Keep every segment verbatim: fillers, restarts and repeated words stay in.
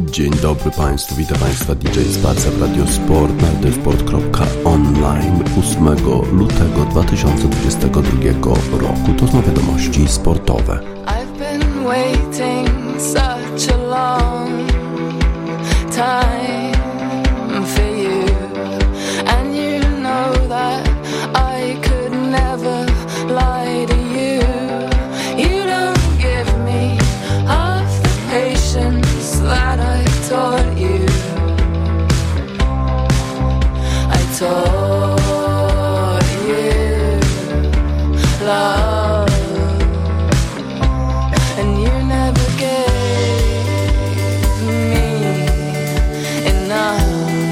Dzień dobry Państwu, witam Państwa D J Spacer w Radio Sport na radiosport kropka online ósmego lutego dwa tysiące dwudziestego drugiego roku. To są wiadomości sportowe. I've been waiting such a long time for you, and you know that I could never lie to you. You don't give me half the patience that I taught you. I taught you love, and you never gave me enough.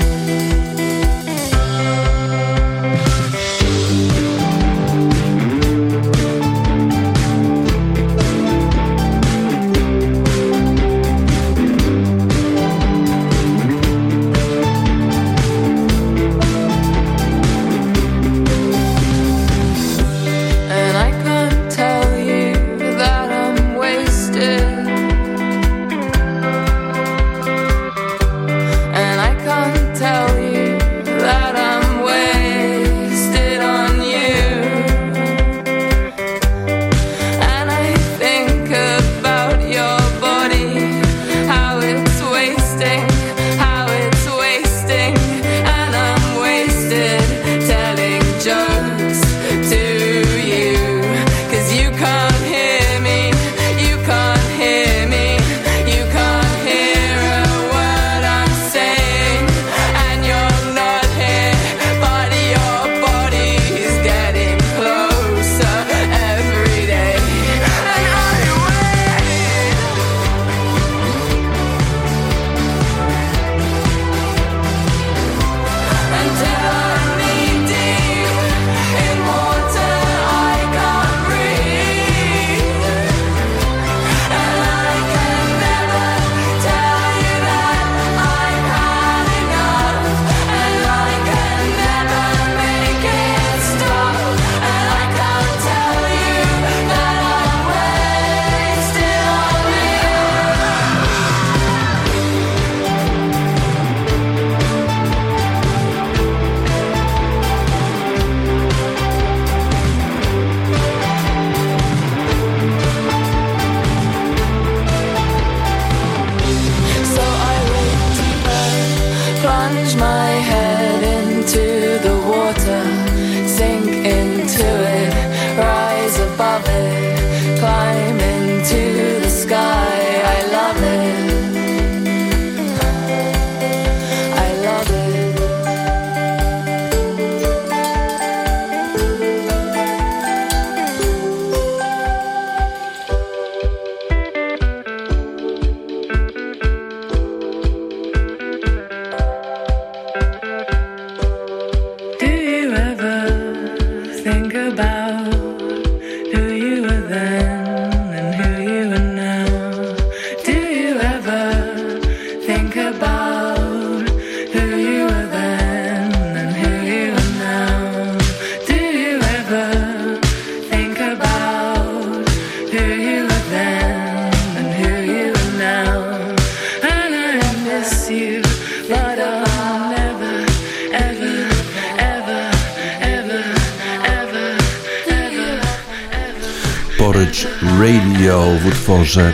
Radio w utworze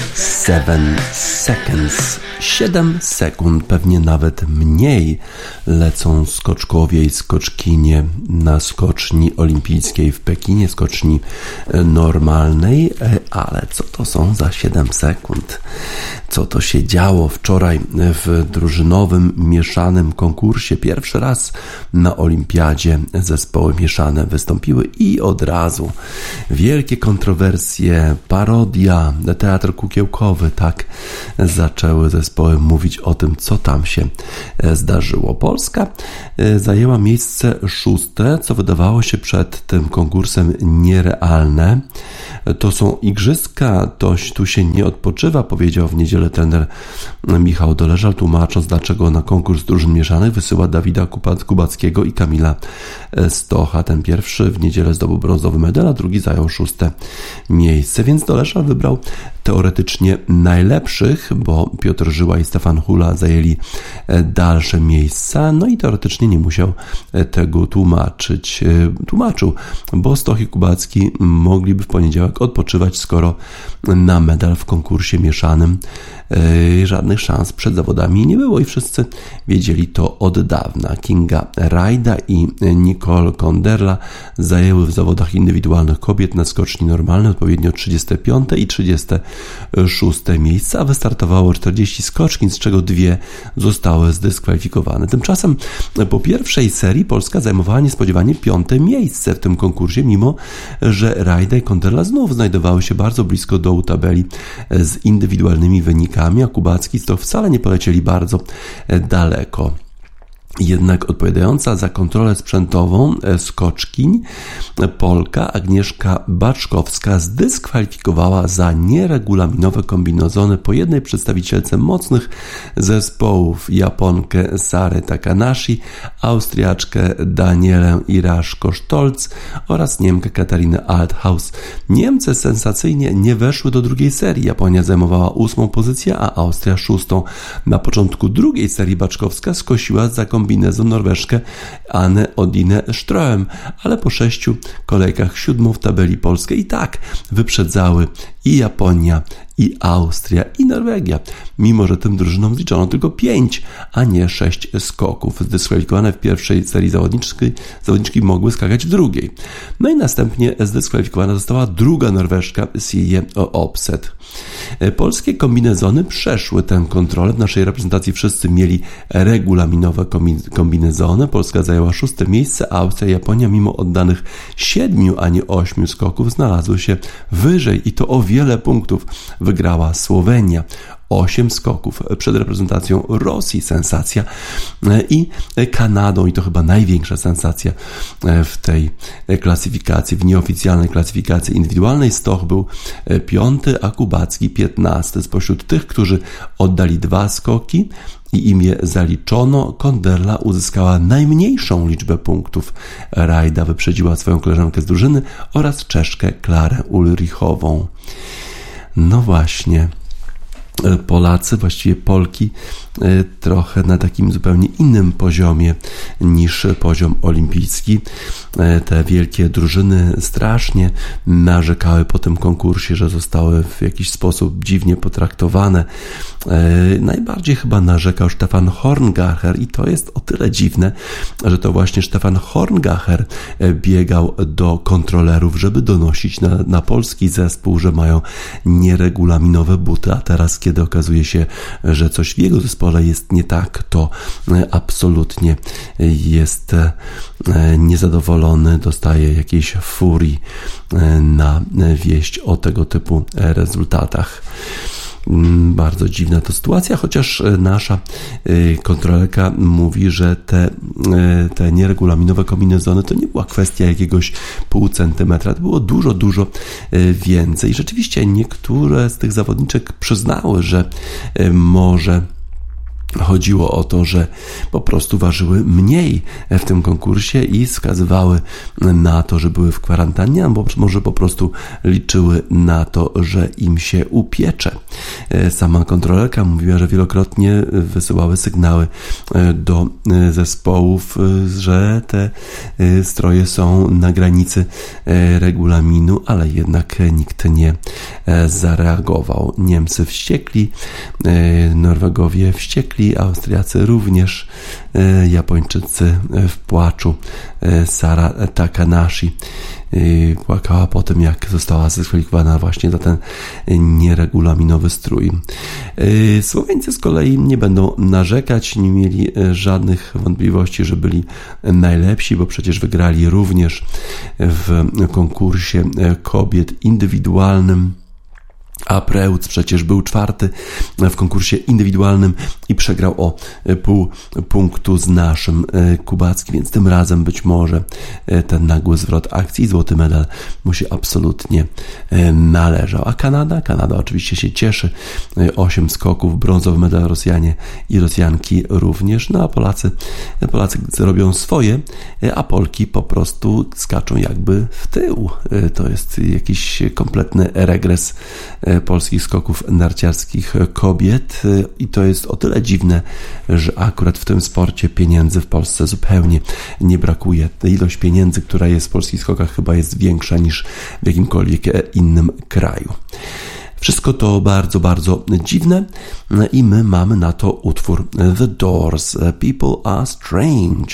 Seven Seconds. siedem sekund, pewnie nawet mniej, lecą skoczkowie i skoczkinie na skoczni olimpijskiej w Pekinie, skoczni normalnej, ale co to są za siedem sekund? Co to się działo wczoraj w drużynowym, mieszanym konkursie? Pierwszy raz na olimpiadzie zespoły mieszane wystąpiły i od razu wielkie kontrowersje, parodia, teatr kukiełkowy, tak zaczęły zespoły mówić o tym, co tam się zdarzyło. Polska zajęła miejsce szóste, co wydawało się przed tym konkursem nierealne. To są igrzyska, to tu się nie odpoczywa, powiedział w niedzielę trener Michał Doleżal, tłumacząc, dlaczego na konkurs drużyn mieszanych wysyła Dawida Kubackiego i Kamila Stocha. Ten pierwszy w niedzielę zdobył brązowy medal, a drugi zajął szóste miejsce, więc Doleżal wybrał teoretycznie najlepszych, bo Piotr Żyła i Stefan Hula zajęli dalsze miejsca, no i teoretycznie nie musiał tego tłumaczyć. Tłumaczył, bo Stoch i Kubacki mogliby w poniedziałek odpoczywać, skoro na medal w konkursie mieszanym żadnych szans przed zawodami nie było i wszyscy wiedzieli to od dawna. Kinga Rajda i Nicole Konderla zajęły w zawodach indywidualnych kobiet na skoczni normalnej odpowiednio trzydzieste piąte i trzydzieste szóste miejsce, a wystartowało czterdzieści skoczkin, z czego dwie zostały zdyskwalifikowane. Tymczasem po pierwszej serii Polska zajmowała niespodziewanie piąte miejsce w tym konkursie, mimo że Rajda i Konderla znów znajdowały się bardzo blisko dołu tabeli z indywidualnymi wynikami, a Kubacki to wcale nie polecieli bardzo daleko. Jednak odpowiadająca za kontrolę sprzętową skoczkiń Polka Agnieszka Baczkowska zdyskwalifikowała za nieregulaminowe kombinezony po jednej przedstawicielce mocnych zespołów: Japonkę Sarę Takanashi, Austriaczkę Danielę Iraszko-Stolz oraz Niemkę Katarinę Althaus. Niemcy sensacyjnie nie weszły do drugiej serii. Japonia zajmowała ósmą pozycję, a Austria szóstą. Na początku drugiej serii Baczkowska skosiła za kombinezon Norweszkę Anę Odinę Ström, ale po sześciu kolejkach siódmą w tabeli Polskę i tak wyprzedzały i Japonia, i Austria, i Norwegia, mimo że tym drużynom zliczono tylko pięć, a nie sześć skoków. Zdyskwalifikowane w pierwszej serii zawodniczki, zawodniczki mogły skakać w drugiej. No i następnie zdyskwalifikowana została druga Norweszka Silje Opset. Polskie kombinezony przeszły tę kontrolę. W naszej reprezentacji wszyscy mieli regulaminowe kombinezony. Polska zajęła szóste miejsce, a Austria i Japonia mimo oddanych siedmiu, a nie ośmiu skoków znalazły się wyżej i to o wiele punktów. Wygrała Słowenia. Osiem skoków przed reprezentacją Rosji, sensacja, i Kanadą, i to chyba największa sensacja w tej klasyfikacji, w nieoficjalnej klasyfikacji indywidualnej. Stoch był piąty, a Kubacki piętnasty. Spośród tych, którzy oddali dwa skoki i im je zaliczono, Konderla uzyskała najmniejszą liczbę punktów. Rajda wyprzedziła swoją koleżankę z drużyny oraz Czeszkę Klarę Ulrichową. No właśnie, Polacy, właściwie Polki, trochę na takim zupełnie innym poziomie niż poziom olimpijski. Te wielkie drużyny strasznie narzekały po tym konkursie, że zostały w jakiś sposób dziwnie potraktowane. Najbardziej chyba narzekał Stefan Horngacher i to jest o tyle dziwne, że to właśnie Stefan Horngacher biegał do kontrolerów, żeby donosić na, na polski zespół, że mają nieregulaminowe buty, a teraz, kiedy okazuje się, że coś w jego zespole jest nie tak, to absolutnie jest niezadowolony, dostaje jakiejś furii na wieść o tego typu rezultatach. Bardzo dziwna to sytuacja, chociaż nasza kontrolerka mówi, że te, te nieregulaminowe kombinezony to nie była kwestia jakiegoś pół centymetra, to było dużo, dużo więcej. Rzeczywiście niektóre z tych zawodniczek przyznały, że może chodziło o to, że po prostu ważyły mniej w tym konkursie i wskazywały na to, że były w kwarantannie, albo może po prostu liczyły na to, że im się upiecze. Sama kontrolerka mówiła, że wielokrotnie wysyłały sygnały do zespołów, że te stroje są na granicy regulaminu, ale jednak nikt nie zareagował. Niemcy wściekli, Norwegowie wściekli, Austriacy również, Japończycy w płaczu. Sara Takanashi płakała po tym, jak została zdyskwalifikowana właśnie za ten nieregulaminowy strój. Słoweńcy z kolei nie będą narzekać, nie mieli żadnych wątpliwości, że byli najlepsi, bo przecież wygrali również w konkursie kobiet indywidualnym. A Preutz przecież był czwarty w konkursie indywidualnym i przegrał o pół punktu z naszym Kubackim, więc tym razem być może ten nagły zwrot akcji i złoty medal mu się absolutnie należał. A Kanada? Kanada oczywiście się cieszy. Osiem skoków, brązowy medal Rosjanie i Rosjanki również. No a Polacy, Polacy robią swoje, a Polki po prostu skaczą jakby w tył. To jest jakiś kompletny regres polskich skoków narciarskich kobiet i to jest o tyle dziwne, że akurat w tym sporcie pieniędzy w Polsce zupełnie nie brakuje. Ilość pieniędzy, która jest w polskich skokach, chyba jest większa niż w jakimkolwiek innym kraju. Wszystko to bardzo, bardzo dziwne i my mamy na to utwór The Doors, People Are Strange.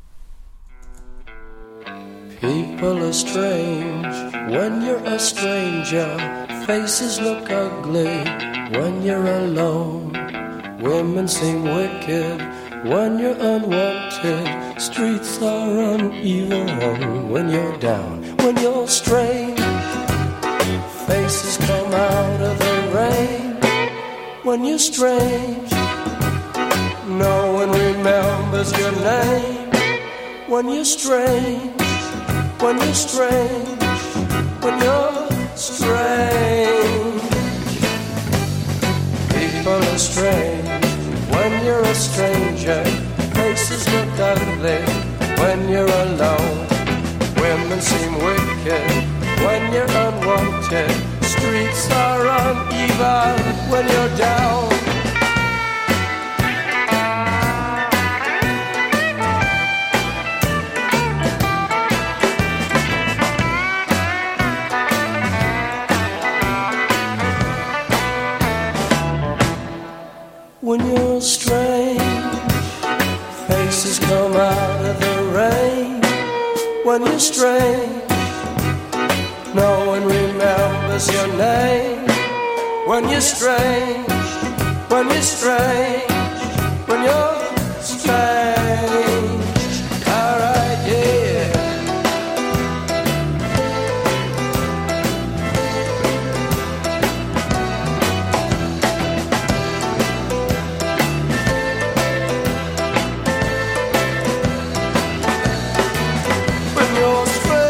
People are strange when you're a stranger. Faces look ugly when you're alone. Women seem wicked when you're unwanted. Streets are uneven when you're down. When you're strange, faces come out of the rain. When you're strange, no one remembers your name. When you're strange, when you're strange, when you're strange. People are strange when you're a stranger. Faces look ugly when you're alone. Women seem wicked when you're unwanted. Streets are uneven when you're down. When you're strange, faces come out of the rain. When you're strange, no one remembers your name. When you're strange, when you're strange, when you're strange. Alright, yeah. When you're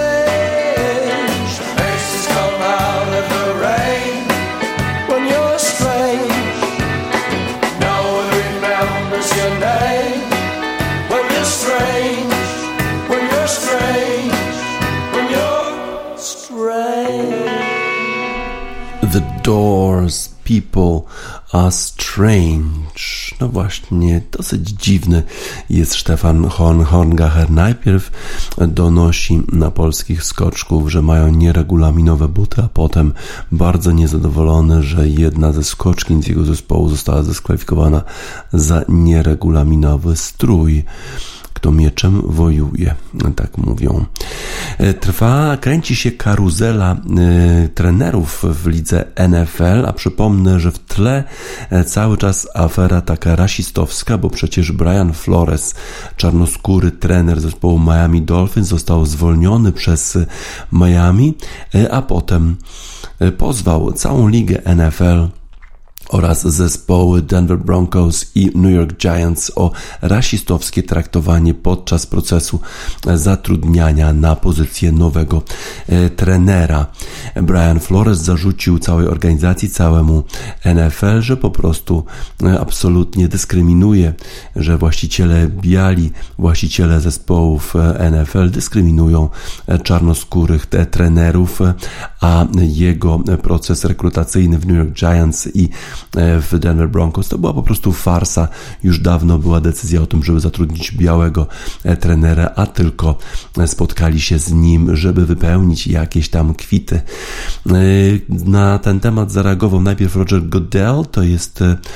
strange, faces come out of the rain. When you're strange, no one remembers your name. When you're strange, when you're strange, when you're strange. The Doors, People Are Strange. No właśnie, dosyć dziwny jest Stefan Horn. Horngacher najpierw donosi na polskich skoczków, że mają nieregulaminowe buty, a potem bardzo niezadowolony, że jedna ze skoczkin z jego zespołu została dyskwalifikowana za nieregulaminowy strój. Kto mieczem wojuje, tak mówią. Trwa, kręci się karuzela y, trenerów w lidze N F L, a przypomnę, że w tle cały czas afera taka rasistowska, bo przecież Brian Flores, czarnoskóry trener zespołu Miami Dolphins, został zwolniony przez Miami, a potem pozwał całą ligę N F L oraz zespoły Denver Broncos i New York Giants o rasistowskie traktowanie podczas procesu zatrudniania na pozycję nowego e, trenera. Brian Flores zarzucił całej organizacji, całemu N F L, że po prostu e, absolutnie dyskryminuje, że właściciele biali, właściciele zespołów e, N F L dyskryminują e, czarnoskórych te, trenerów, e, a jego proces rekrutacyjny w New York Giants i w Denver Broncos to była po prostu farsa. Już dawno była decyzja o tym, żeby zatrudnić białego trenera, a tylko spotkali się z nim, żeby wypełnić jakieś tam kwity. Na ten temat zareagował najpierw Roger Goodell, to jest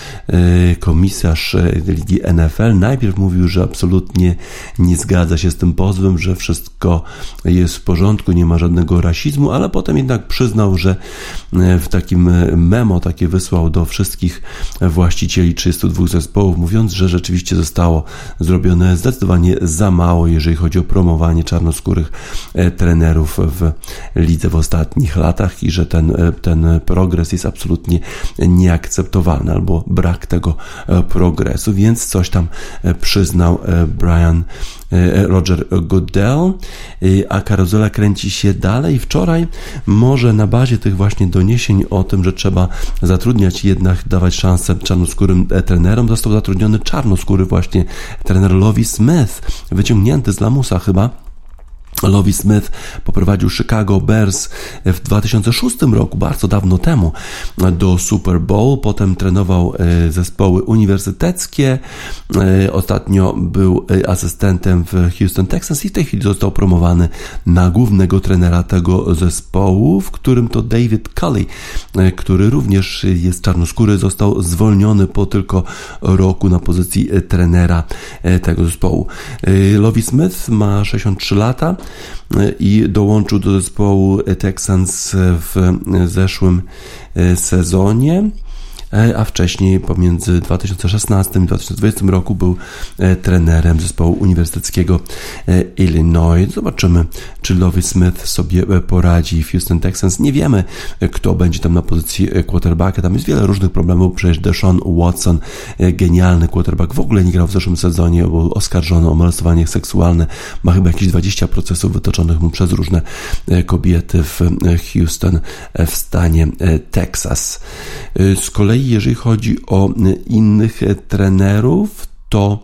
komisarz ligi N F L. Najpierw mówił, że absolutnie nie zgadza się z tym pozwem, że wszystko jest w porządku, nie ma żadnego rasizmu, ale potem jednak przyznał, że w takim memo takie wysłał do wszystkich właścicieli trzydziestu dwóch zespołów, mówiąc, że rzeczywiście zostało zrobione zdecydowanie za mało, jeżeli chodzi o promowanie czarnoskórych trenerów w lidze w ostatnich latach i że ten, ten progres jest absolutnie nieakceptowalny albo brak tego progresu, więc coś tam przyznał Brian Roger Goodell, a karuzela kręci się dalej. Wczoraj może na bazie tych właśnie doniesień o tym, że trzeba zatrudniać, jednak dawać szansę czarnoskórym trenerom, został zatrudniony czarnoskóry właśnie trener Lovie Smith, wyciągnięty z lamusa chyba, Lovie Smith poprowadził Chicago Bears w dwa tysiące szóstym roku, bardzo dawno temu, do Super Bowl. Potem trenował zespoły uniwersyteckie. Ostatnio był asystentem w Houston Texans i w tej chwili został promowany na głównego trenera tego zespołu, w którym to David Culley, który również jest czarnoskóry, został zwolniony po tylko roku na pozycji trenera tego zespołu. Lovie Smith ma sześćdziesiąt trzy lata i dołączył do zespołu Texans w zeszłym sezonie, a wcześniej pomiędzy dwa tysiące szesnastym i dwa tysiące dwudziestym roku był trenerem zespołu uniwersyteckiego Illinois. Zobaczymy, czy Lovie Smith sobie poradzi w Houston Texans. Nie wiemy, kto będzie tam na pozycji quarterbacka. Tam jest wiele różnych problemów. Przecież Deshaun Watson, genialny quarterback, w ogóle nie grał w zeszłym sezonie, był oskarżony o molestowanie seksualne. Ma chyba jakieś dwadzieścia procesów wytoczonych mu przez różne kobiety w Houston w stanie Texas. Z kolei jeżeli chodzi o innych trenerów, to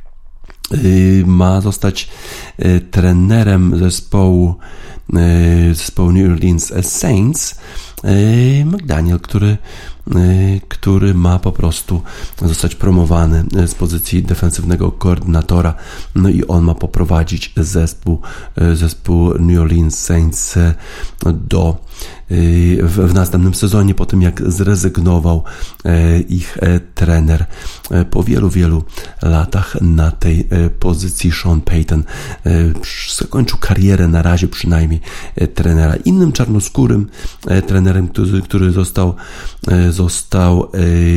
ma zostać trenerem zespołu, zespołu New Orleans Saints McDaniel, który który ma po prostu zostać promowany z pozycji defensywnego koordynatora, no i on ma poprowadzić zespół, zespół New Orleans Saints do w, w następnym sezonie, po tym jak zrezygnował ich trener po wielu, wielu latach na tej pozycji. Sean Payton zakończył karierę na razie przynajmniej trenera. Innym czarnoskórym trenerem, który, który został został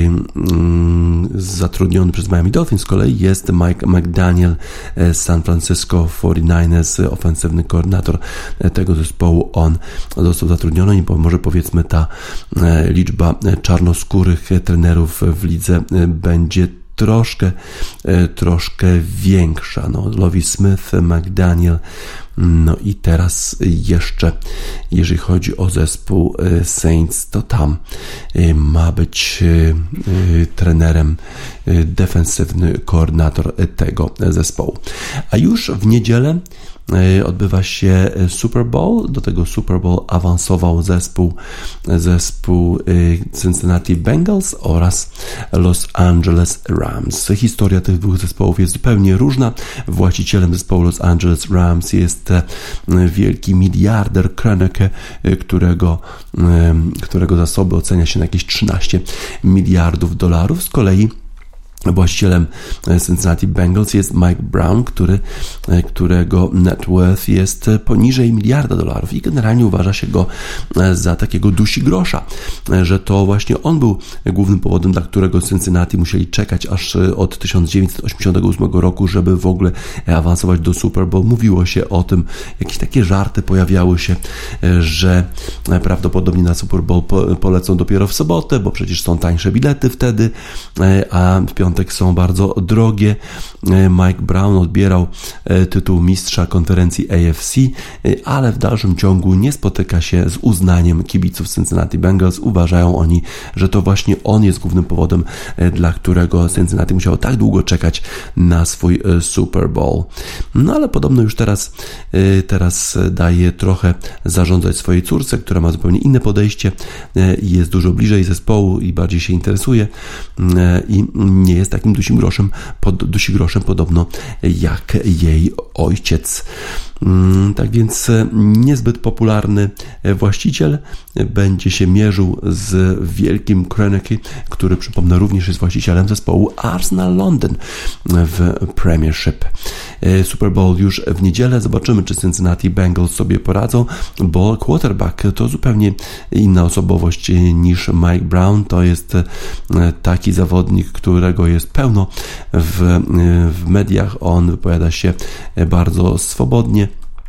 zatrudniony przez Miami Dolphins z kolei jest Mike McDaniel z San Francisco forty-niners, ofensywny koordynator tego zespołu. On został zatrudniony i może powiedzmy ta liczba czarnoskórych trenerów w lidze będzie troszkę, troszkę większa. No, Lovie Smith, McDaniel, no i teraz jeszcze, jeżeli chodzi o zespół Saints, to tam ma być trenerem defensywny koordynator tego zespołu. A już w niedzielę odbywa się Super Bowl. Do tego Super Bowl awansował zespół, zespół Cincinnati Bengals oraz Los Angeles Rams. Historia tych dwóch zespołów jest zupełnie różna. Właścicielem zespołu Los Angeles Rams jest wielki miliarder Kroenke, którego, którego zasoby ocenia się na jakieś trzynaście miliardów dolarów. Z kolei właścicielem Cincinnati Bengals jest Mike Brown, który, którego net worth jest poniżej miliarda dolarów i generalnie uważa się go za takiego dusi grosza, że to właśnie on był głównym powodem, dla którego Cincinnati musieli czekać aż od tysiąc dziewięćset osiemdziesiątego ósmego roku, żeby w ogóle awansować do Super Bowl. Mówiło się o tym, jakieś takie żarty pojawiały się, że prawdopodobnie na Super Bowl polecą dopiero w sobotę, bo przecież są tańsze bilety wtedy, a w piątek są bardzo drogie. Mike Brown odbierał tytuł mistrza konferencji A F C, ale w dalszym ciągu nie spotyka się z uznaniem kibiców Cincinnati Bengals. Uważają oni, że to właśnie on jest głównym powodem, dla którego Cincinnati musiało tak długo czekać na swój Super Bowl. No ale podobno już teraz, teraz daje trochę zarządzać swojej córce, która ma zupełnie inne podejście i jest dużo bliżej zespołu i bardziej się interesuje i nie jest takim dusim groszem, pod, dusi groszem podobno jak jej ojciec. Tak więc niezbyt popularny właściciel będzie się mierzył z wielkim Kroenke, który przypomnę również jest właścicielem zespołu Arsenal London w Premiership. Super Bowl już w niedzielę. Zobaczymy, czy Cincinnati Bengals sobie poradzą, bo quarterback to zupełnie inna osobowość niż Mike Brown. To jest taki zawodnik, którego jest pełno w, w mediach. On wypowiada się bardzo swobodnie,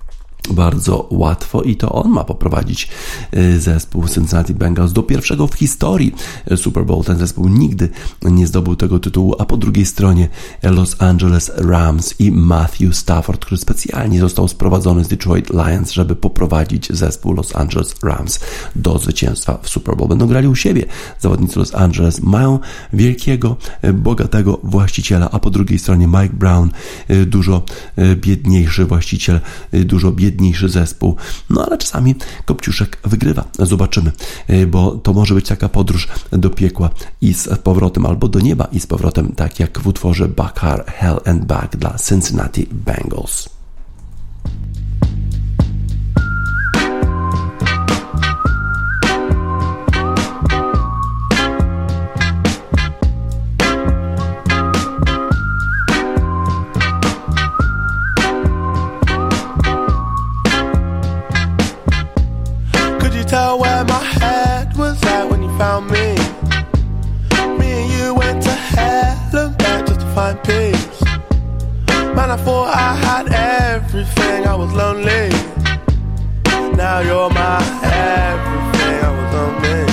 bardzo łatwo i to on ma poprowadzić zespół Cincinnati Bengals do pierwszego w historii Super Bowl. Ten zespół nigdy nie zdobył tego tytułu, a po drugiej stronie Los Angeles Rams i Matthew Stafford, który specjalnie został sprowadzony z Detroit Lions, żeby poprowadzić zespół Los Angeles Rams do zwycięstwa w Super Bowl. Będą grali u siebie. Zawodnicy Los Angeles mają wielkiego, bogatego właściciela, a po drugiej stronie Mike Brown, dużo biedniejszy właściciel, dużo biedniejszy najbiedniejszy zespół. No ale czasami Kopciuszek wygrywa. Zobaczymy, bo to może być taka podróż do piekła i z powrotem, albo do nieba i z powrotem, tak jak w utworze Baccar, Hell and Back dla Cincinnati Bengals. Tell where my head was at when you found me. Me and you went to hell and back just to find peace. Man, I thought I had everything, I was lonely. Now you're my everything, I was lonely.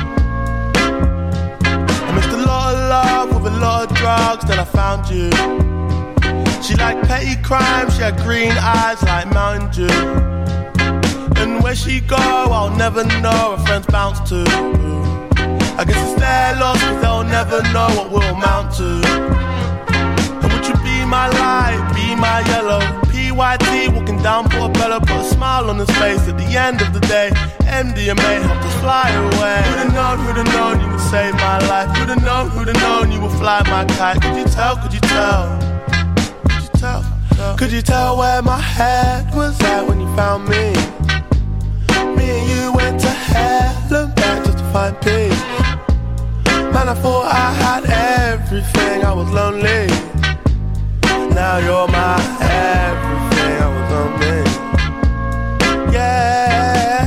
I missed a lot of love with a lot of drugs, then I found you. She liked petty crime, she had green eyes like Mountain Dew. And where she go, I'll never know, her friends bounce to. I guess it's their loss, cause they'll never know what we'll amount to. And would you be my light, be my yellow? P Y T walking down Portobello, put a smile on his face at the end of the day. M D M A helped us fly away. Who'd have known, who'd have known you would save my life? Who'd have known, who'd have known you would fly my kite? Could you tell, could you tell? Could you tell? Could you tell where my head was at when you found me? Me and you went to hell and back just to find peace. Man, I thought I had everything, I was lonely. Now you're my everything, I was lonely. Yeah.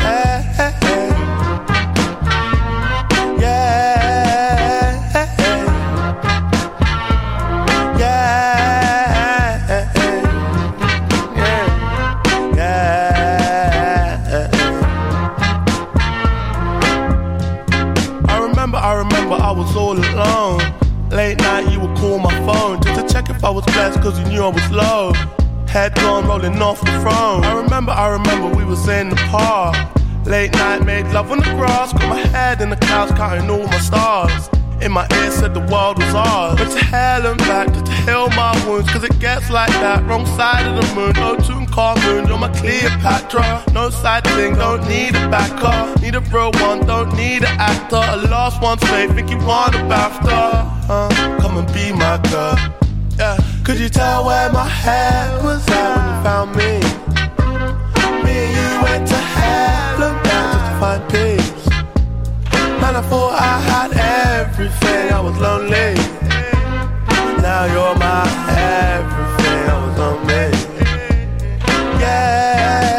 Late night you would call my phone just to check if I was blessed, cause you knew I was low. Head gone rolling off the throne. I remember, I remember we was in the park. Late night made love on the grass. Got my head in the clouds counting all my stars. In my ear said the world was ours. Went to hell and back just to heal my wounds, cause it gets like that. Wrong side of the moon, no Tutankhamun. You're my Cleopatra, no side thing, don't need a backer. Need a real one, don't need an actor. A last one's fake, think you want a BAFTA. Uh, come and be my girl. Yeah. Could you tell where my head was at when you found me? Me and you went to hell and back just to find peace. Man, I thought I had everything, I was lonely. Now you're my everything, I was lonely. Yeah.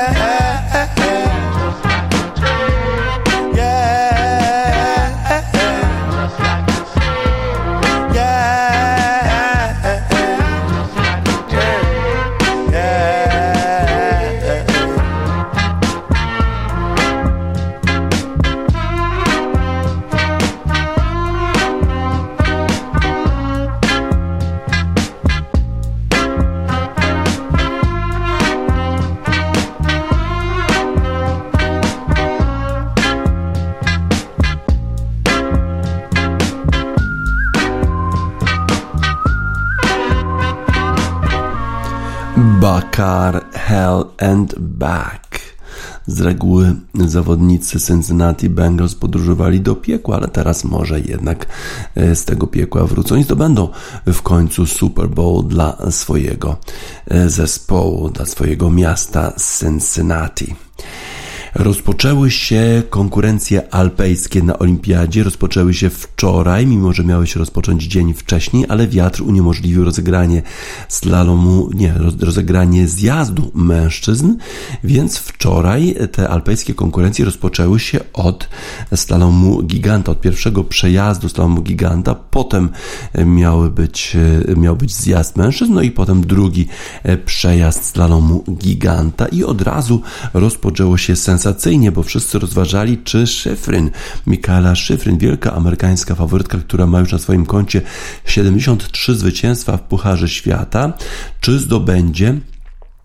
Baccar, Hell and Back. Z reguły zawodnicy Cincinnati Bengals podróżowali do piekła, ale teraz może jednak z tego piekła wrócą i zdobędą w końcu Super Bowl dla swojego zespołu, dla swojego miasta Cincinnati. Rozpoczęły się konkurencje alpejskie na olimpiadzie, rozpoczęły się wczoraj, mimo że miały się rozpocząć dzień wcześniej, ale wiatr uniemożliwił rozegranie slalomu, nie, rozegranie zjazdu mężczyzn, więc wczoraj te alpejskie konkurencje rozpoczęły się od slalomu giganta, od pierwszego przejazdu slalomu giganta, potem miały być, miał być zjazd mężczyzn, no i potem drugi przejazd slalomu giganta i od razu rozpoczęło się sensacyjnie, bo wszyscy rozważali, czy Schifrin, Mikaela Schifrin, wielka amerykańska faworytka, która ma już na swoim koncie siedemdziesiąt trzy zwycięstwa w Pucharze Świata, czy zdobędzie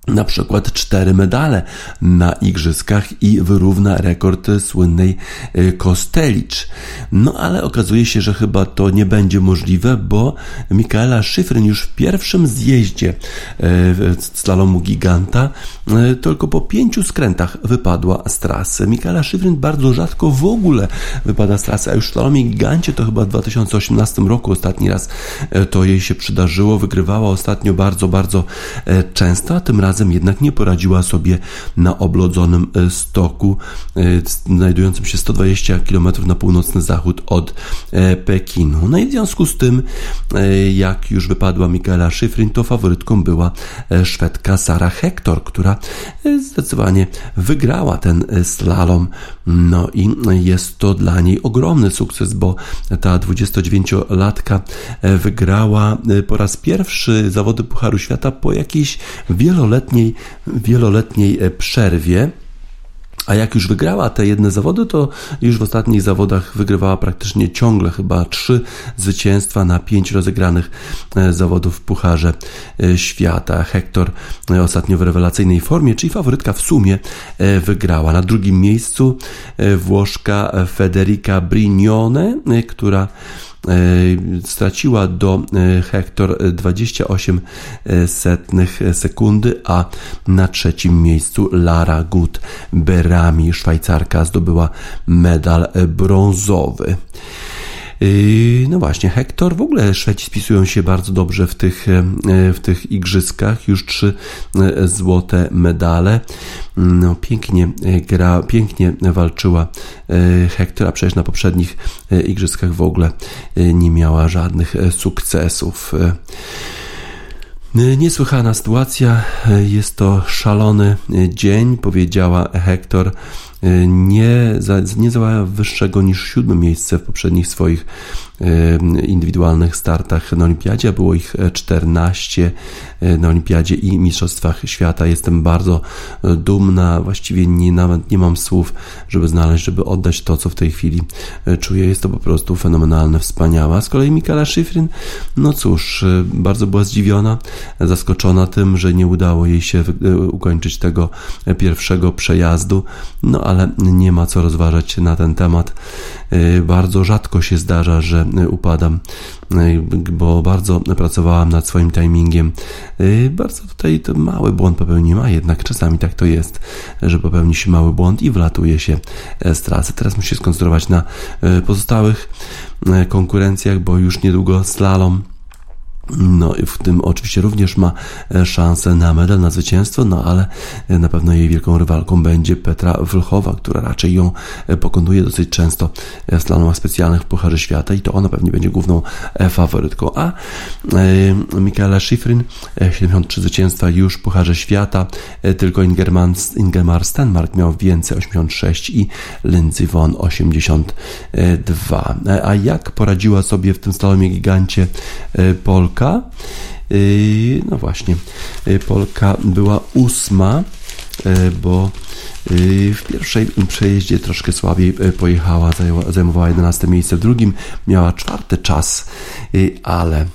na przykład cztery medale na igrzyskach i wyrówna rekord słynnej Kostelicz. No ale okazuje się, że chyba to nie będzie możliwe, bo Mikaela Shiffrin już w pierwszym zjeździe slalomu giganta tylko po pięciu skrętach wypadła z trasy. Mikaela Shiffrin bardzo rzadko w ogóle wypada z trasy, a już w slalomie gigancie to chyba w dwa tysiące osiemnastym roku ostatni raz to jej się przydarzyło. Wygrywała ostatnio bardzo, bardzo często, a tym razem jednak nie poradziła sobie na oblodzonym stoku znajdującym się sto dwadzieścia kilometrów na północny zachód od Pekinu. No i w związku z tym, jak już wypadła Mikaela Shiffrin, to faworytką była Szwedka Sara Hector, która zdecydowanie wygrała ten slalom. No i jest to dla niej ogromny sukces, bo ta dwudziestodziewięciolatka wygrała po raz pierwszy zawody Pucharu Świata po jakiejś wieloletniej wieloletniej przerwie. A jak już wygrała te jedne zawody, to już w ostatnich zawodach wygrywała praktycznie ciągle, chyba trzy zwycięstwa na pięć rozegranych zawodów w Pucharze Świata. Hector ostatnio w rewelacyjnej formie, czyli faworytka w sumie wygrała. Na drugim miejscu Włoszka Federica Brignone, która straciła do Hector dwadzieścia osiem setnych sekundy, a na trzecim miejscu Lara Gut Berami, Szwajcarka, zdobyła medal brązowy. No właśnie, Hector, w ogóle Szwedzi spisują się bardzo dobrze w tych, w tych igrzyskach, już trzy złote medale. No, pięknie gra, pięknie walczyła Hector, a przecież na poprzednich igrzyskach w ogóle nie miała żadnych sukcesów. Niesłychana sytuacja, jest to szalony dzień, powiedziała Hector. Nie, nie zajęła wyższego niż siódme miejsce w poprzednich swoich indywidualnych startach na Olimpiadzie, a było ich czternaście na Olimpiadzie i Mistrzostwach Świata. Jestem bardzo dumna, właściwie nie, nawet nie mam słów, żeby znaleźć, żeby oddać to, co w tej chwili czuję. Jest to po prostu fenomenalne, wspaniała. Z kolei Mikaela Shiffrin, no cóż, bardzo była zdziwiona, zaskoczona tym, że nie udało jej się ukończyć tego pierwszego przejazdu, no ale nie ma co rozważać na ten temat. Bardzo rzadko się zdarza, że upadam, bo bardzo pracowałam nad swoim timingiem. Bardzo tutaj to mały błąd popełniłem, a jednak czasami tak to jest, że popełni się mały błąd i wlatuje się z trasy. Teraz muszę się skoncentrować na pozostałych konkurencjach, bo już niedługo slalom. No i w tym oczywiście również ma szansę na medal, na zwycięstwo, no ale na pewno jej wielką rywalką będzie Petra Vlhova, która raczej ją pokonuje dosyć często w slalomach specjalnych w Pucharze Świata i to ona pewnie będzie główną faworytką. A Mikaela Shiffrin, siedemdziesiąt trzy zwycięstwa już w Pucharze Świata, tylko Ingemar, Ingemar Stenmark miał więcej, osiemdziesiąt sześć i Lindsey Vonn osiemdziesiąt dwa. A jak poradziła sobie w tym slalomie gigancie Polka? No właśnie, Polka była ósma, bo w pierwszej przejeździe troszkę słabiej pojechała, zajmowała jedenaste miejsce, w drugim miała czwarty czas, ale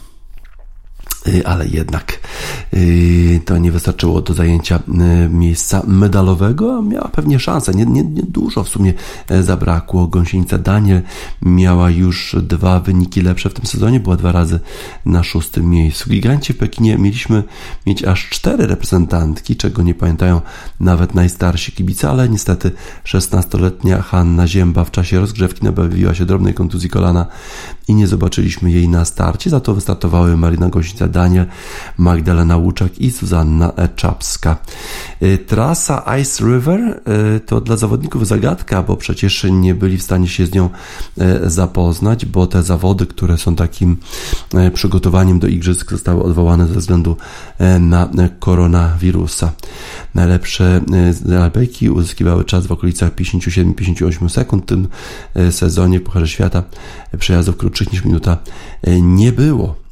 ale jednak to nie wystarczyło do zajęcia miejsca medalowego, a miała pewnie szansę. Nie, nie, nie dużo w sumie zabrakło. Gąsienica Daniel miała już dwa wyniki lepsze w tym sezonie, była dwa razy na szóstym miejscu. W gigancie w Pekinie mieliśmy mieć aż cztery reprezentantki, czego nie pamiętają nawet najstarsi kibice, ale niestety szesnastoletnia Hanna Zięba w czasie rozgrzewki nabawiła się drobnej kontuzji kolana i nie zobaczyliśmy jej na starcie. Za to wystartowały Marina Gąsienica Daniel, Magdalena Łuczak i Zuzanna Czapska. Trasa Ice River to dla zawodników zagadka, bo przecież nie byli w stanie się z nią zapoznać, bo te zawody, które są takim przygotowaniem do igrzysk, zostały odwołane ze względu na koronawirusa. Najlepsze Alpejki uzyskiwały czas w okolicach pięćdziesiąt siedem do pięćdziesięciu ośmiu sekund. W tym sezonie w Pucharze Świata przejazdów krótszych niż minuta nie było.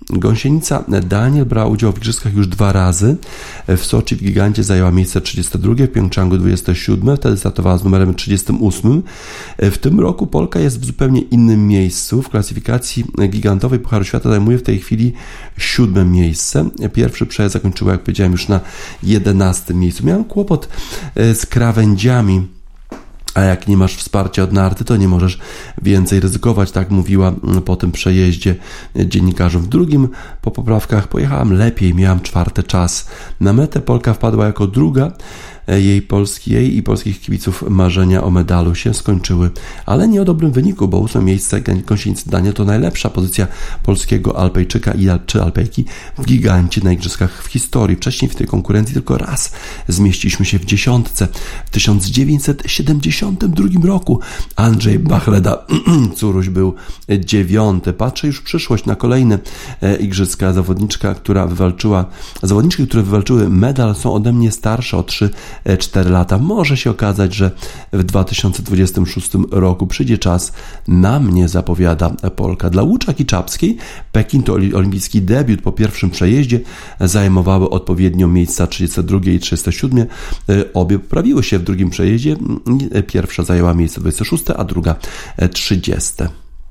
Gąsienica Daniel brała udział w igrzyskach już dwa razy. W Soczi w gigancie zajęła miejsce trzydzieste drugie, w Pjongczangu dwudzieste siódme, wtedy startowała z numerem trzydziestym ósmym. W tym roku Polka jest w zupełnie innym miejscu. W klasyfikacji gigantowej Pucharu Świata zajmuje w tej chwili siódme miejsce. Pierwszy przejazd zakończyła, jak powiedziałem, już na jedenastym miejscu. Miałem kłopot z krawędziami, a jak nie masz wsparcia od narty, to nie możesz więcej ryzykować, tak mówiła po tym przejeździe dziennikarzom. W drugim po poprawkach pojechałam lepiej, miałam czwarty czas. Na metę Polka wpadła jako druga. Jej, polski, jej i polskich kibiców marzenia o medalu się skończyły, ale nie o dobrym wyniku, bo ósme miejsce Gąsienicy Daniel to najlepsza pozycja polskiego Alpejczyka i czy Alpejki w gigancie na igrzyskach w historii. Wcześniej w tej konkurencji tylko raz zmieściliśmy się w dziesiątce. W tysiąc dziewięćset siedemdziesiątym drugim roku Andrzej Bachleda Curuś był dziewiąty. Patrzę już w przyszłość na kolejne igrzyska. Zawodniczka, która wywalczyła, zawodniczki, które wywalczyły medal, są ode mnie starsze o trzy cztery lata. Może się okazać, że w dwa tysiące dwudziestym szóstym roku przyjdzie czas na mnie, zapowiada Polka. Dla Łuczak i Czapskiej Pekin to olimpijski debiut. Po pierwszym przejeździe zajmowały odpowiednio miejsca trzydzieste drugie i trzydzieste siódme. Obie poprawiły się w drugim przejeździe. Pierwsza zajęła miejsce dwudzieste szóste, a druga trzydzieste.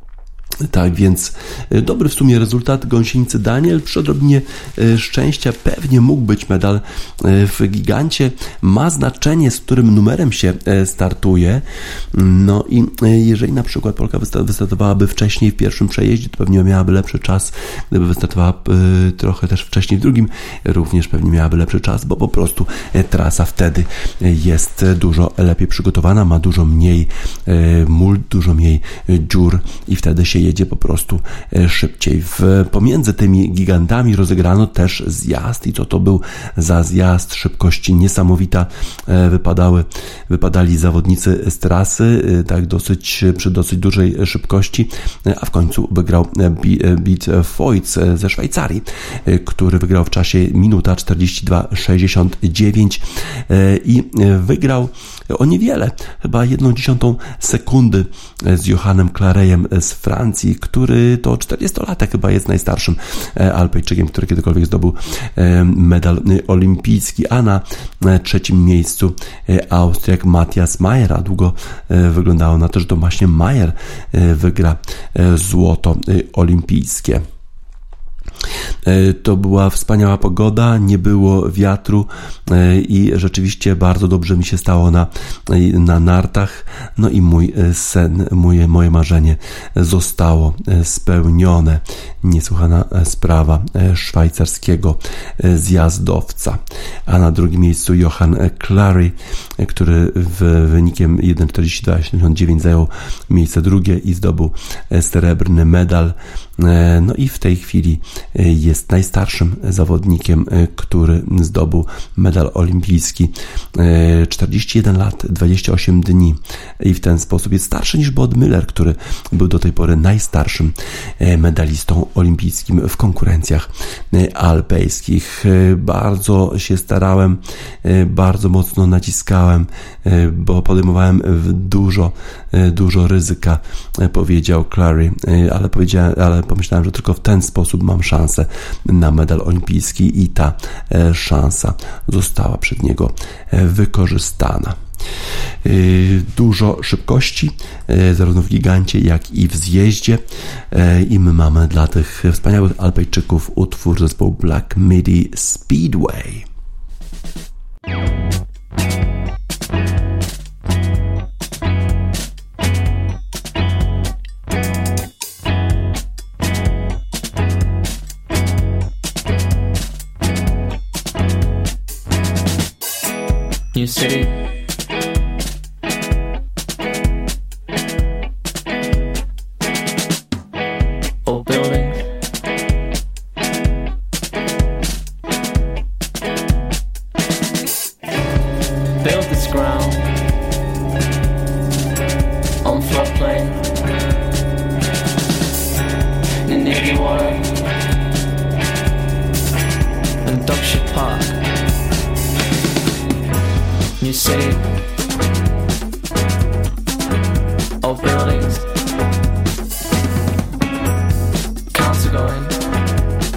Tak więc dobry w sumie rezultat Gąsienicy Daniel. Przy odrobinie szczęścia pewnie mógł być medal w gigancie. Ma znaczenie, z którym numerem się startuje. No i jeżeli na przykład Polka wystartowałaby wcześniej w pierwszym przejeździe, to pewnie miałaby lepszy czas. Gdyby wystartowała trochę też wcześniej w drugim, również pewnie miałaby lepszy czas, bo po prostu trasa wtedy jest dużo lepiej przygotowana, ma dużo mniej mól, dużo mniej dziur i wtedy się jedzie po prostu szybciej. W, pomiędzy tymi gigantami rozegrano też zjazd i co to był za zjazd? Szybkości niesamowita. Wypadały, wypadali zawodnicy z trasy, tak dosyć, przy dosyć dużej szybkości, a w końcu wygrał Beat Foyt ze Szwajcarii, który wygrał w czasie minuta czterdzieści dwa sześćdziesiąt dziewięć i wygrał o niewiele, chyba jedną dziesiątą sekundy z Johannem Clarejem z Francji, który to czterdziestolatek, chyba jest najstarszym Alpejczykiem, który kiedykolwiek zdobył medal olimpijski, a na trzecim miejscu Austriak Matthias Mayer, a długo wyglądało na to, że to właśnie Mayer wygra złoto olimpijskie. To była wspaniała pogoda, nie było wiatru i rzeczywiście bardzo dobrze mi się stało na, na nartach. No i mój sen, moje, moje marzenie zostało spełnione. Niesłychana sprawa szwajcarskiego zjazdowca. A na drugim miejscu Johan Clary, który w wynikiem jeden czterdzieści dwa siedemdziesiąt dziewięć zajął miejsce drugie i zdobył srebrny medal. No i w tej chwili jest najstarszym zawodnikiem, który zdobył medal olimpijski. czterdzieści jeden lat, dwadzieścia osiem dni i w ten sposób jest starszy niż Bode Müller, który był do tej pory najstarszym medalistą olimpijskim w konkurencjach alpejskich. Bardzo się starałem, bardzo mocno naciskałem, bo podejmowałem dużo, dużo ryzyka, powiedział Clary, ale powiedziałem, ale pomyślałem, że tylko w ten sposób mam szansę na medal olimpijski i ta szansa została przez niego wykorzystana. Dużo szybkości, zarówno w gigancie, jak i w zjeździe, i my mamy dla tych wspaniałych Alpejczyków utwór zespołu Black Midi Speedway. New city, old buildings, build this ground on floodplain, near water and Dogshit Park. New city, old buildings, council going,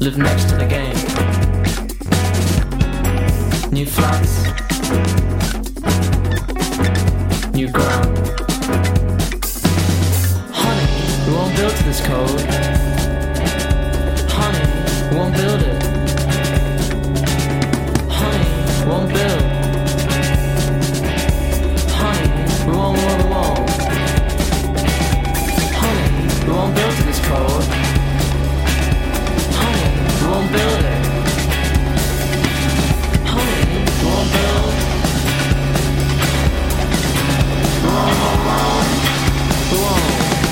live next to the game. New flats, new ground. Honey, we won't build to this code. Honey, we won't build it. Honey, we won't build. Honey, we won't, we won't, we won't. Honey, we won't build to this code. Honey, we won't build it. Honey, we won't build. We won't, we won't, we won't.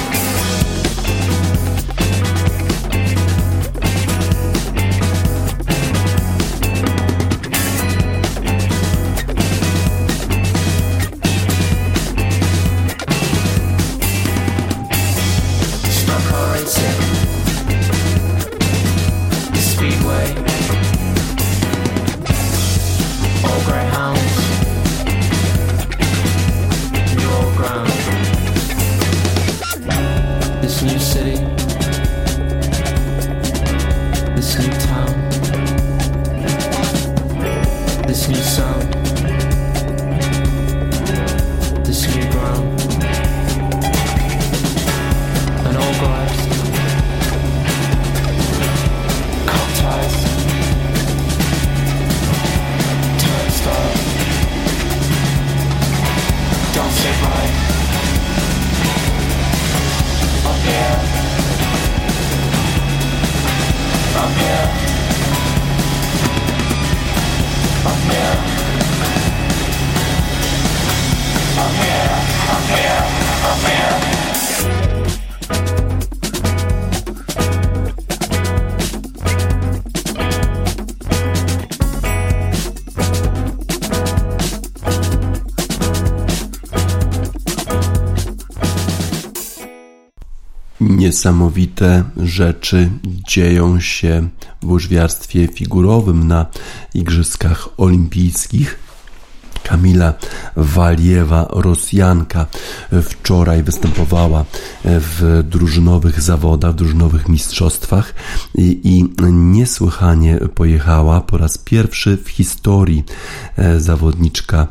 Niesamowite rzeczy dzieją się w łyżwiarstwie figurowym na Igrzyskach Olimpijskich. Kamila Waliewa, Rosjanka, wczoraj występowała w drużynowych zawodach, w drużynowych mistrzostwach i, i niesłychanie pojechała. Po raz pierwszy w historii zawodniczka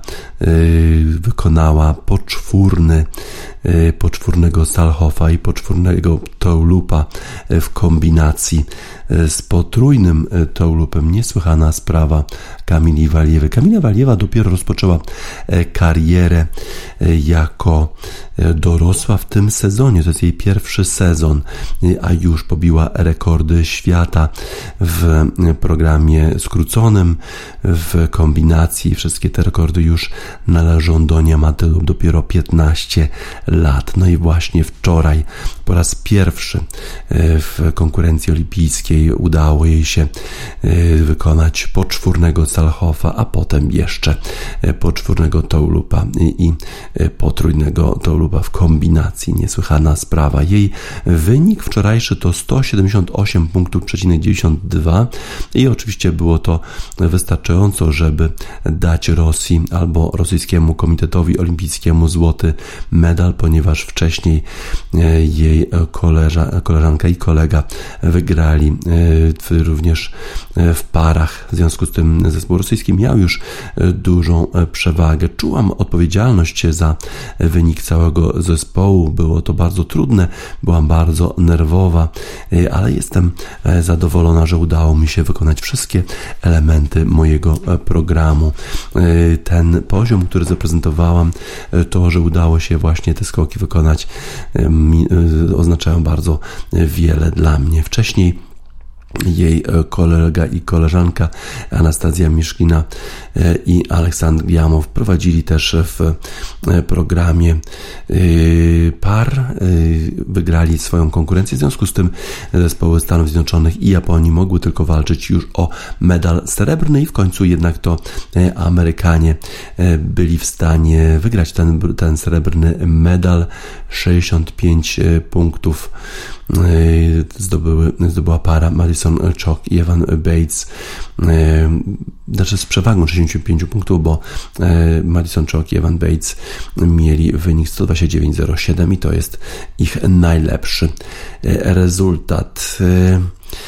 wykonała poczwórny poczwórnego Salchowa i poczwórnego Toulupa w kombinacji z potrójnym Toulupem. Niesłychana sprawa Kamili Waliewy. Kamila Waliewa dopiero rozpoczęła karierę jako dorosła w tym sezonie. To jest jej pierwszy sezon, a już pobiła rekordy świata w programie skróconym, w kombinacji. Wszystkie te rekordy już należą do niej. Ma dopiero piętnaście lat. No i właśnie wczoraj po raz pierwszy w konkurencji olimpijskiej udało jej się wykonać poczwórnego Salchowa, a potem jeszcze poczwórnego Toulupa i potrójnego Toulupa w kombinacji. Niesłychana sprawa. Jej wynik wczorajszy to sto siedemdziesiąt osiem punktów przecinek dziewięćdziesiąt dwa i oczywiście było to wystarczająco, żeby dać Rosji albo rosyjskiemu komitetowi olimpijskiemu złoty medal, ponieważ wcześniej jej koleża, koleżanka i kolega wygrali również w parach. W związku z tym zespół rosyjski miał już dużą przewagę. Czułam odpowiedzialność za wynik całego zespołu. Było to bardzo trudne, byłam bardzo nerwowa, ale jestem zadowolona, że udało mi się wykonać wszystkie elementy mojego programu. Ten poziom, który zaprezentowałam, to, że udało się właśnie te skoki wykonać, oznaczają bardzo wiele dla mnie. Wcześniej jej kolega i koleżanka Anastazja Miszkina i Aleksandr Jamow prowadzili też w programie par, wygrali swoją konkurencję, w związku z tym zespoły Stanów Zjednoczonych i Japonii mogły tylko walczyć już o medal srebrny i w końcu jednak to Amerykanie byli w stanie wygrać ten, ten srebrny medal. sześćdziesiąt pięć punktów zdobyły, zdobyła para Madison Chock i Evan Bates, znaczy z przewagą sześćdziesięciu pięciu punktów, bo Madison Chock i Evan Bates mieli wynik sto dwadzieścia dziewięć zero siedem i to jest ich najlepszy rezultat.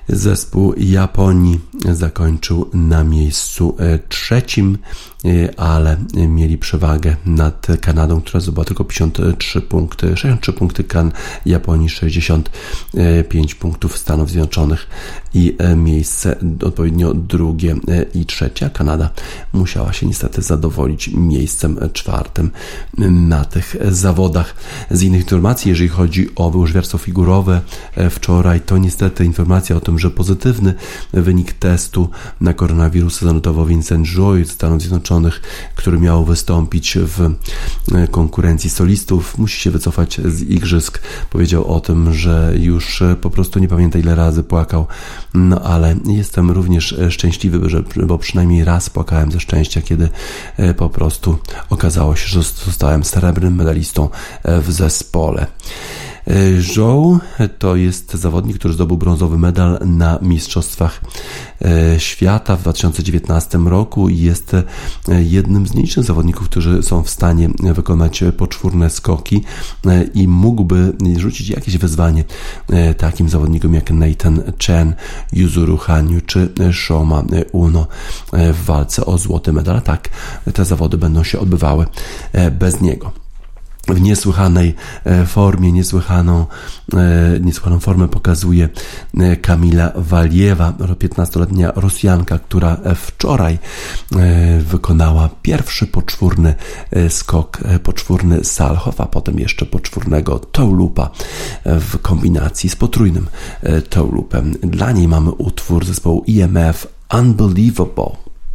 Zespół Japonii zakończył na miejscu trzecim, ale mieli przewagę nad Kanadą, która zdobyła tylko pięćdziesiąt trzy punkty, sześćdziesiąt trzy punkty Kan Japonii, sześćdziesiąt pięć punktów Stanów Zjednoczonych i miejsce odpowiednio drugie i trzecie. Kanada musiała się niestety zadowolić miejscem czwartym na tych zawodach. Z innych informacji, jeżeli chodzi o wyłóżwiarstwo figurowe wczoraj, to niestety informacja o tym, że pozytywny wynik testu na koronawirusa zanotował Vincent Joy z Stanów Zjednoczonych, który miał wystąpić w konkurencji solistów, musi się wycofać z igrzysk. Powiedział o tym, że już po prostu nie pamięta, ile razy płakał, no ale jestem również szczęśliwy, że, bo przynajmniej raz płakałem ze szczęścia, kiedy po prostu okazało się, że zostałem srebrnym medalistą w zespole. Zhou to jest zawodnik, który zdobył brązowy medal na Mistrzostwach Świata w dwa tysiące dziewiętnastym roku i jest jednym z nielicznych zawodników, którzy są w stanie wykonać poczwórne skoki i mógłby rzucić jakieś wyzwanie takim zawodnikom jak Nathan Chen, Yuzuru Hanyu czy Shoma Uno w walce o złoty medal. Tak, te zawody będą się odbywały bez niego. W niesłychanej formie, niesłychaną, niesłychaną formę pokazuje Kamila Waliewa, piętnastoletnia Rosjanka, która wczoraj wykonała pierwszy poczwórny skok, poczwórny salchow, a potem jeszcze poczwórnego toe loopa w kombinacji z potrójnym toe loopem. Dla niej mamy utwór zespołu E M F Unbelievable.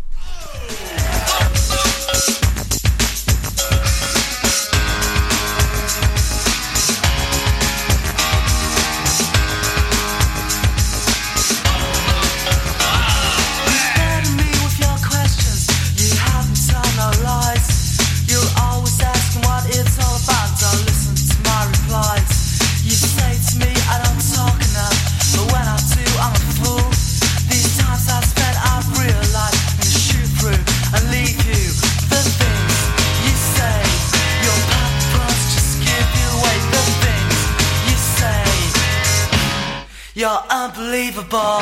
You're unbelievable.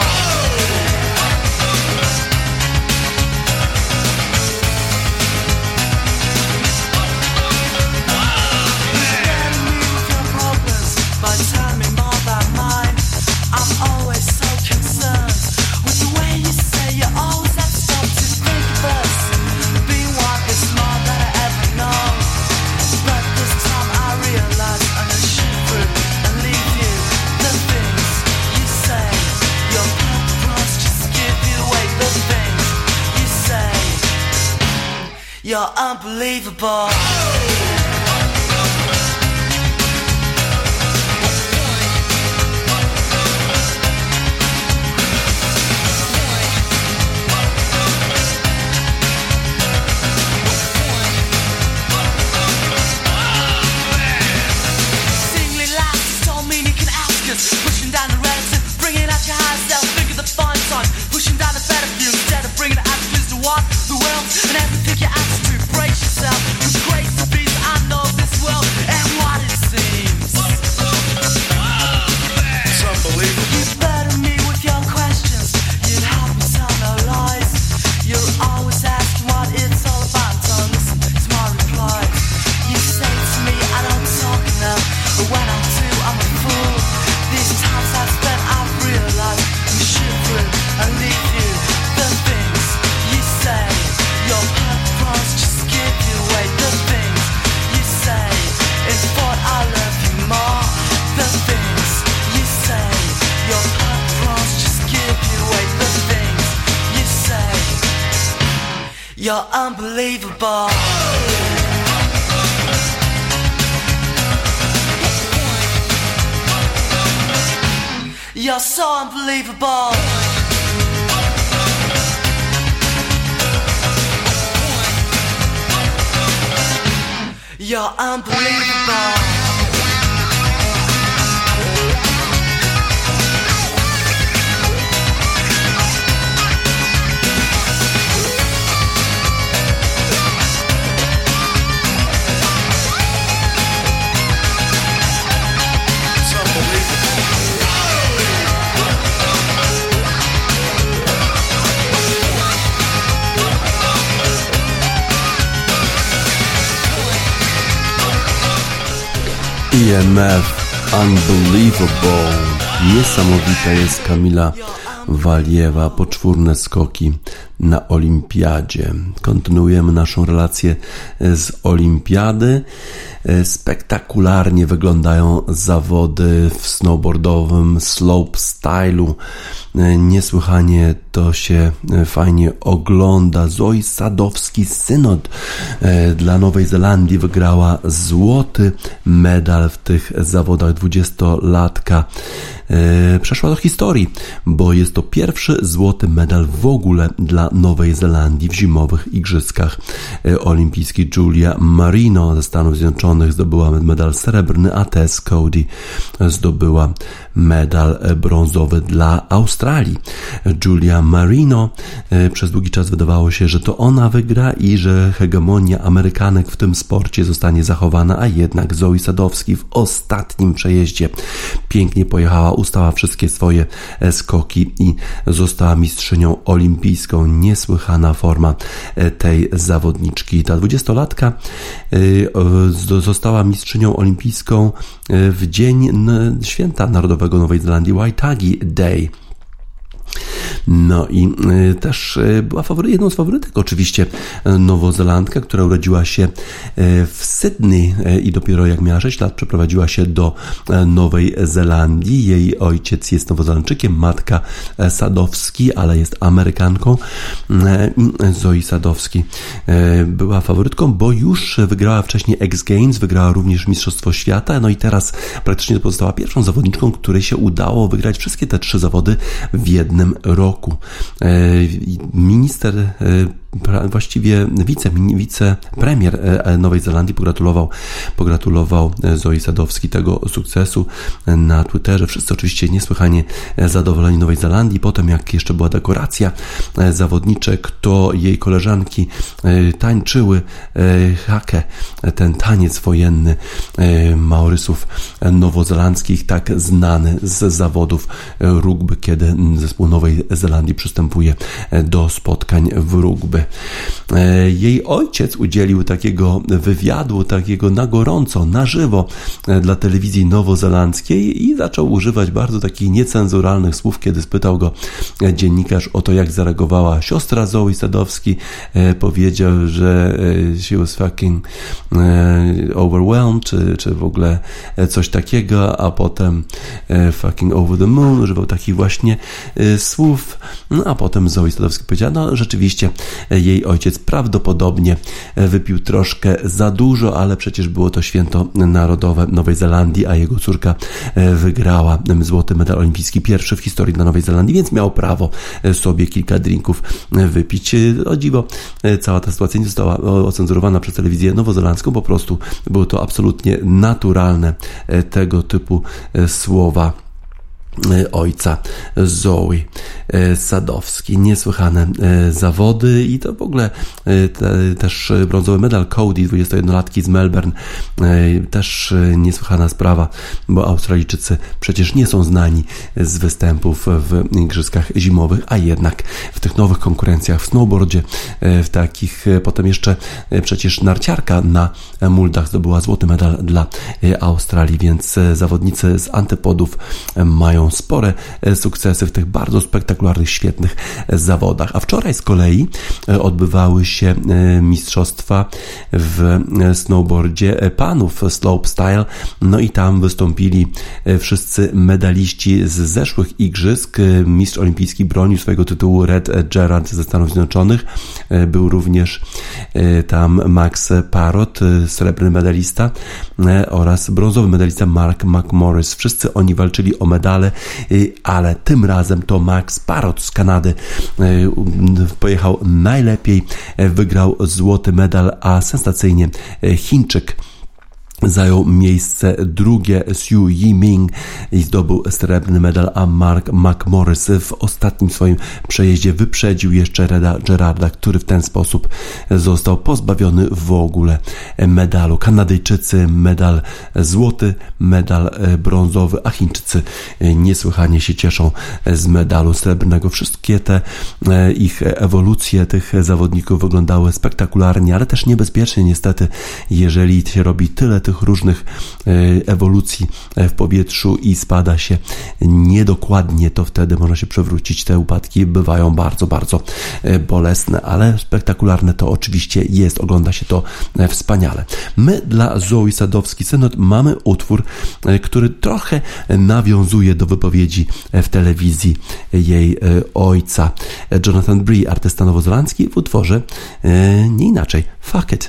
You're unbelievable. Singly laughs don't mean you can ask us. Pushing down the relative, bringing out your high self. Think of the fine time, pushing down the better view instead of bringing it out to what the world and everything you ask to brace yourself. With grace to be, I know this world and what it seems. It's unbelievable. You burden me with your questions. You help me tell no lies. You're always asking what it's all about. Don't listen to my replies. You say to me I don't talk enough, but when I do I'm a fool. These times I've spent I've realized I'm shivering and leave you. The things you say, your purpose just give you away. The things you say, in thought I love you more. The things you say, your purpose just give you away. The things you say, you're unbelievable. You're so unbelievable. You're unbelievable. It's unbelievable. B M F Unbelievable. Niesamowita jest Kamila Waliewa, poczwórne skoki na olimpiadzie. Kontynuujemy naszą relację z olimpiady. Spektakularnie wyglądają zawody w snowboardowym slopestylu. Niesłychanie to się fajnie ogląda. Zoe Sadowski-Synod dla Nowej Zelandii wygrała złoty medal w tych zawodach. Dwudziestolatka przeszła do historii, bo jest to pierwszy złoty medal w ogóle dla Nowej Zelandii w zimowych igrzyskach olimpijskich. Julia Marino ze Stanów Zjednoczonych zdobyła medal srebrny, a Tess Cody zdobyła medal brązowy dla Australii. Julia Marino przez długi czas wydawało się, że to ona wygra i że hegemonia Amerykanek w tym sporcie zostanie zachowana, a jednak Zoe Sadowski w ostatnim przejeździe pięknie pojechała, ustała wszystkie swoje skoki i została mistrzynią olimpijską. Niesłychana forma tej zawodniczki. Ta dwudziestolatka została mistrzynią olimpijską w dzień święta narodowego Nowej Zelandii, Waitagi Day. No i y, też y, była fawory, jedną z faworytek oczywiście Nowozelandka, która urodziła się y, w Sydney y, i dopiero jak miała sześć lat przeprowadziła się do y, Nowej Zelandii. Jej ojciec jest Nowozelandczykiem, matka y, Sadowski, ale jest Amerykanką. Y, Zoe Sadowski y, była faworytką, bo już wygrała wcześniej X Games, wygrała również Mistrzostwo Świata, no i teraz praktycznie pozostała pierwszą zawodniczką, której się udało wygrać wszystkie te trzy zawody w jednym roku. Minister, właściwie wice, wicepremier Nowej Zelandii pogratulował, pogratulował Zoe Sadowski tego sukcesu na Twitterze. Wszyscy oczywiście niesłychanie zadowoleni Nowej Zelandii. Potem jak jeszcze była dekoracja zawodniczek, to jej koleżanki tańczyły hakę, ten taniec wojenny Maorysów nowozelandzkich, tak znany z zawodów rugby, kiedy zespół Nowej Zelandii przystępuje do spotkań w rugby. Jej ojciec udzielił takiego wywiadu, takiego na gorąco, na żywo dla telewizji nowozelandzkiej i zaczął używać bardzo takich niecenzuralnych słów, kiedy spytał go dziennikarz o to, jak zareagowała siostra Zoe Sadowski. Powiedział, że she was fucking overwhelmed, czy, czy w ogóle coś takiego, a potem fucking over the moon, używał takich właśnie słów, no a potem Zoe Sadowski powiedziała, no rzeczywiście jej ojciec prawdopodobnie wypił troszkę za dużo, ale przecież było to święto narodowe Nowej Zelandii, a jego córka wygrała złoty medal olimpijski, pierwszy w historii dla Nowej Zelandii, więc miał prawo sobie kilka drinków wypić. O dziwo, cała ta sytuacja nie została ocenzurowana przez telewizję nowozelandzką, po prostu było to absolutnie naturalne tego typu słowa ojca Zoe Sadowski. Niesłychane zawody i to w ogóle te, też brązowy medal Cody, dwudziestojednolatki z Melbourne, też niesłychana sprawa, bo Australijczycy przecież nie są znani z występów w igrzyskach zimowych, a jednak w tych nowych konkurencjach w snowboardzie, w takich, potem jeszcze przecież narciarka na muldach zdobyła złoty medal dla Australii, więc zawodnicy z antypodów mają spore sukcesy w tych bardzo spektakularnych, świetnych zawodach. A wczoraj z kolei odbywały się mistrzostwa w snowboardzie panów slopestyle, no i tam wystąpili wszyscy medaliści z zeszłych igrzysk. Mistrz olimpijski bronił swojego tytułu Red Gerard ze Stanów Zjednoczonych. Był również tam Max Parrott, srebrny medalista, oraz brązowy medalista Mark McMorris. Wszyscy oni walczyli o medale, ale tym razem to Max Parrott z Kanady pojechał najlepiej, wygrał złoty medal, a sensacyjnie Chińczyk zajął miejsce drugie Su Yiming i zdobył srebrny medal, a Mark McMorris w ostatnim swoim przejeździe wyprzedził jeszcze Reda Gerarda, który w ten sposób został pozbawiony w ogóle medalu. Kanadyjczycy medal złoty, medal brązowy, a Chińczycy niesłychanie się cieszą z medalu srebrnego. Wszystkie te ich ewolucje tych zawodników wyglądały spektakularnie, ale też niebezpiecznie niestety, jeżeli się robi tyle tych tych różnych ewolucji w powietrzu i spada się niedokładnie, to wtedy można się przewrócić. Te upadki bywają bardzo, bardzo bolesne, ale spektakularne to oczywiście jest. Ogląda się to wspaniale. My dla Zoe Sadowski-Synnott mamy utwór, który trochę nawiązuje do wypowiedzi w telewizji jej ojca. Jonathan Bree, artysta nowozelandzki, w utworze nie inaczej. Fuck it.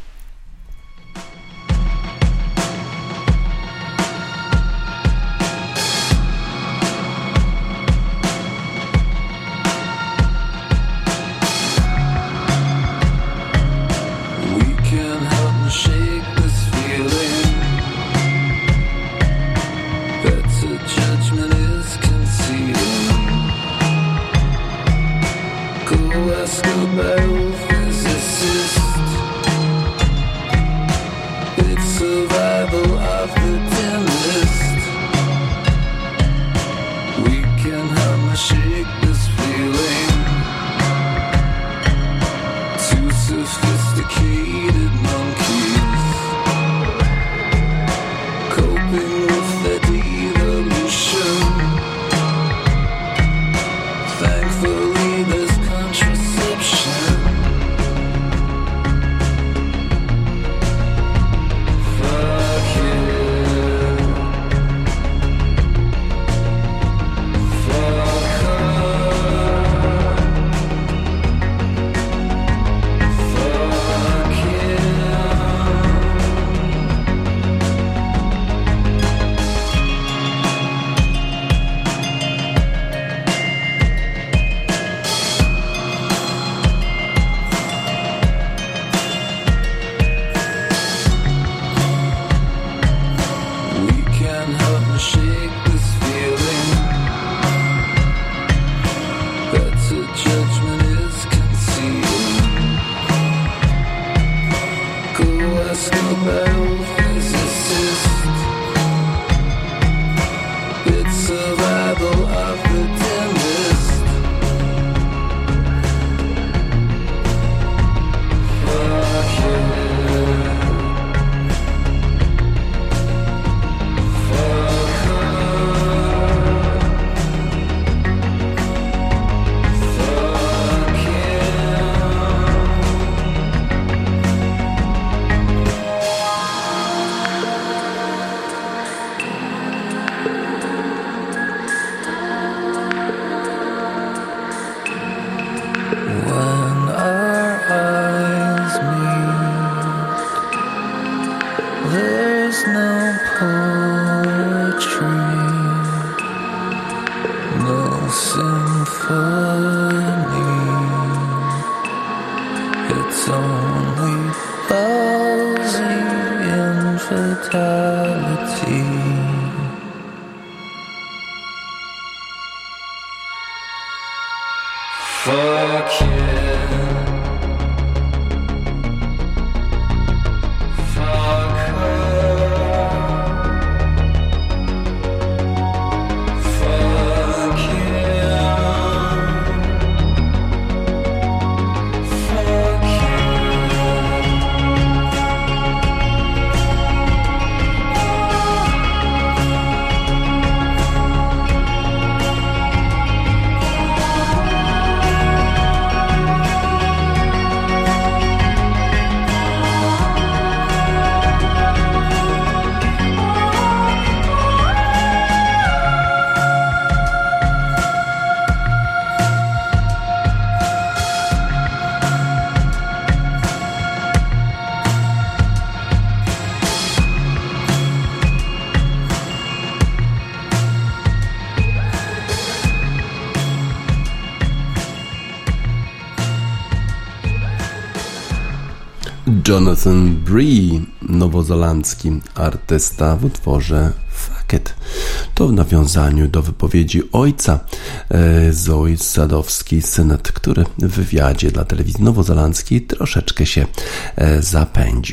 Jonathan Bree, nowozelandzki artysta w utworze Fuck It. To w nawiązaniu do wypowiedzi ojca e, Zoe Sadowski-Synnott, który w wywiadzie dla telewizji nowozelandzkiej troszeczkę się e, zapędził.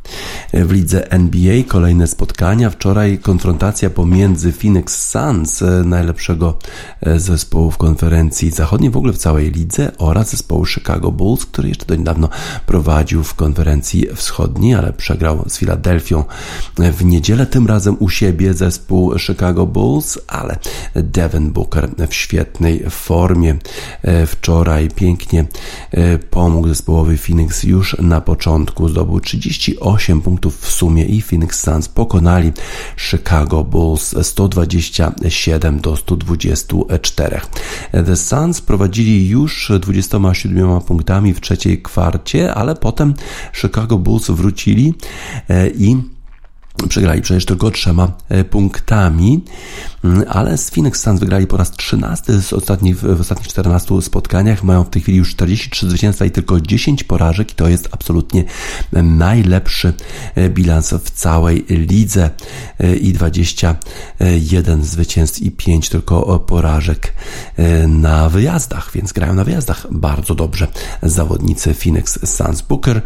W lidze N B A kolejne spotkania. Wczoraj konfrontacja pomiędzy Phoenix Suns, najlepszego zespołu w konferencji zachodniej, w ogóle w całej lidze, oraz zespołu Chicago Bulls, który jeszcze do niedawno prowadził w konferencji wschodniej, ale przegrał z Filadelfią w niedzielę. Tym razem u siebie zespół Chicago Bulls, ale Devin Booker w świetnej formie. Wczoraj pięknie pomógł zespołowi Phoenix już na początku. Zdobył trzydzieści osiem punktów w sumie i Phoenix Suns pokonali Chicago Bulls sto dwadzieścia siedem do stu dwudziestu czterech. The Suns prowadzili już dwudziestoma siedmioma punktami w trzeciej kwarcie, ale potem Chicago Bulls wrócili i przegrali przecież tylko trzema punktami, ale z Phoenix Suns wygrali po raz trzynasty z ostatnich, w ostatnich czternastu spotkaniach. Mają w tej chwili już czterdzieści trzy zwycięstwa i tylko dziesięć porażek i to jest absolutnie najlepszy bilans w całej lidze i dwadzieścia jeden zwycięstw i pięć tylko porażek na wyjazdach, więc grają na wyjazdach bardzo dobrze zawodnicy Phoenix Suns. Booker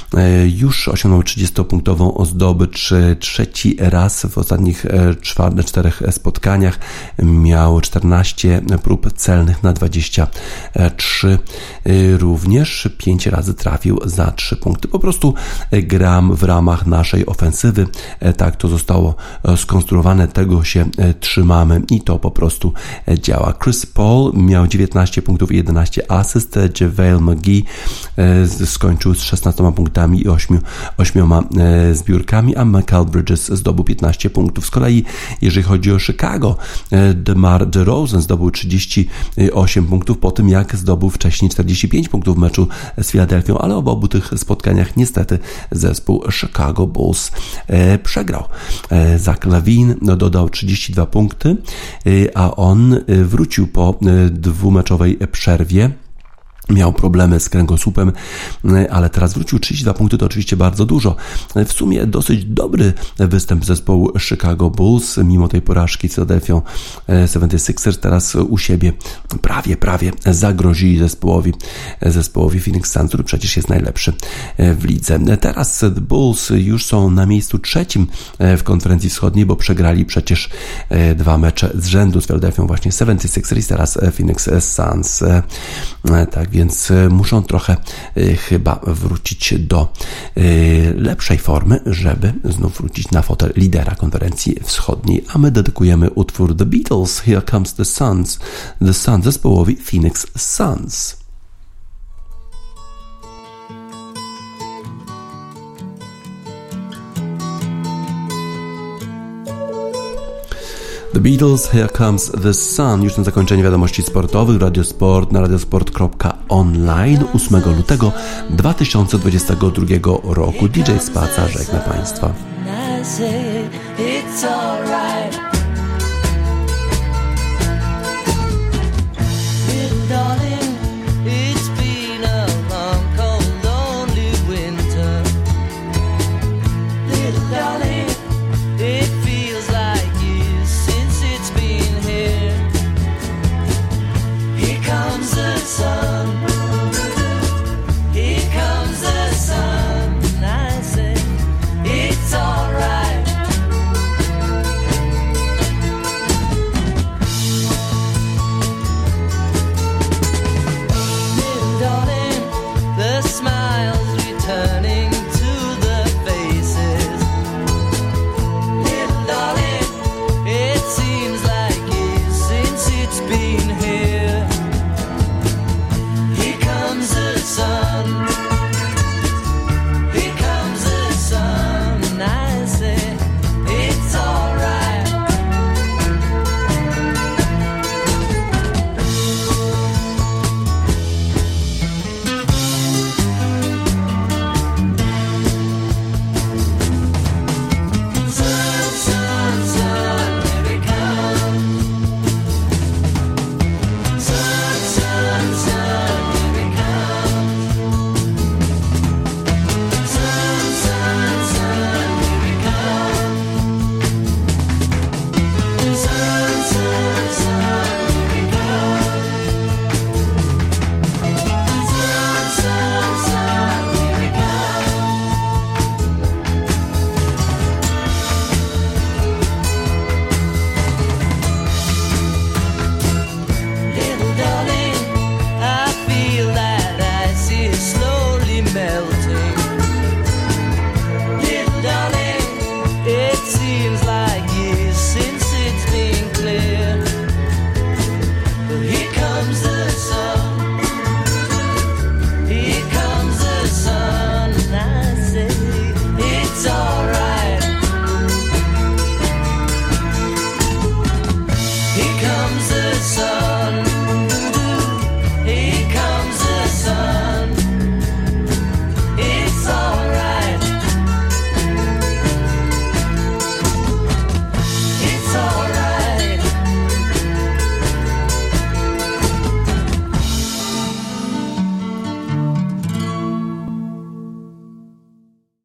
już osiągnął trzydziestopunktową zdobycz trzeci raz w ostatnich czwar- czterech spotkaniach. Miał czternaście prób celnych na dwadzieścia trzy. Również pięć razy trafił za trzy punkty. Po prostu gram w ramach naszej ofensywy. Tak to zostało skonstruowane, tego się trzymamy i to po prostu działa. Chris Paul miał dziewiętnaście punktów i jedenaście asyst. JaVale McGee skończył z szesnastoma punktami i ośmioma zbiórkami, a Michael Bridges zdobył piętnaście punktów. Z kolei jeżeli chodzi o Chicago, DeMar DeRozan zdobył trzydzieści osiem punktów po tym, jak zdobył wcześniej czterdzieści pięć punktów w meczu z Filadelfią, ale w obu tych spotkaniach niestety zespół Chicago Bulls przegrał. Zach LaVine dodał trzydzieści dwa punkty, a on wrócił po dwumeczowej przerwie. Miał problemy z kręgosłupem, ale teraz wrócił. Trzydzieści dwa punkty to oczywiście bardzo dużo. W sumie dosyć dobry występ zespołu Chicago Bulls, mimo tej porażki z Philadelphia seventy-sixers. Teraz u siebie prawie, prawie zagrozili zespołowi, zespołowi Phoenix Suns, który przecież jest najlepszy w lidze. Teraz Bulls już są na miejscu trzecim w konferencji wschodniej, bo przegrali przecież dwa mecze z rzędu z Philadelphia właśnie seventy-sixers i teraz Phoenix Suns. Tak więc muszą trochę chyba wrócić do lepszej formy, żeby znów wrócić na fotel lidera konferencji wschodniej. A my dedykujemy utwór The Beatles, Here Comes the Suns, The Suns zespołowi Phoenix Suns. The Beatles, Here Comes the Sun. Już na zakończenie wiadomości sportowych. Radiosport na radiosport kropka online ósmego lutego dwa tysiące dwudziestego drugiego roku. D J Spaca żegna Państwa. It's alright.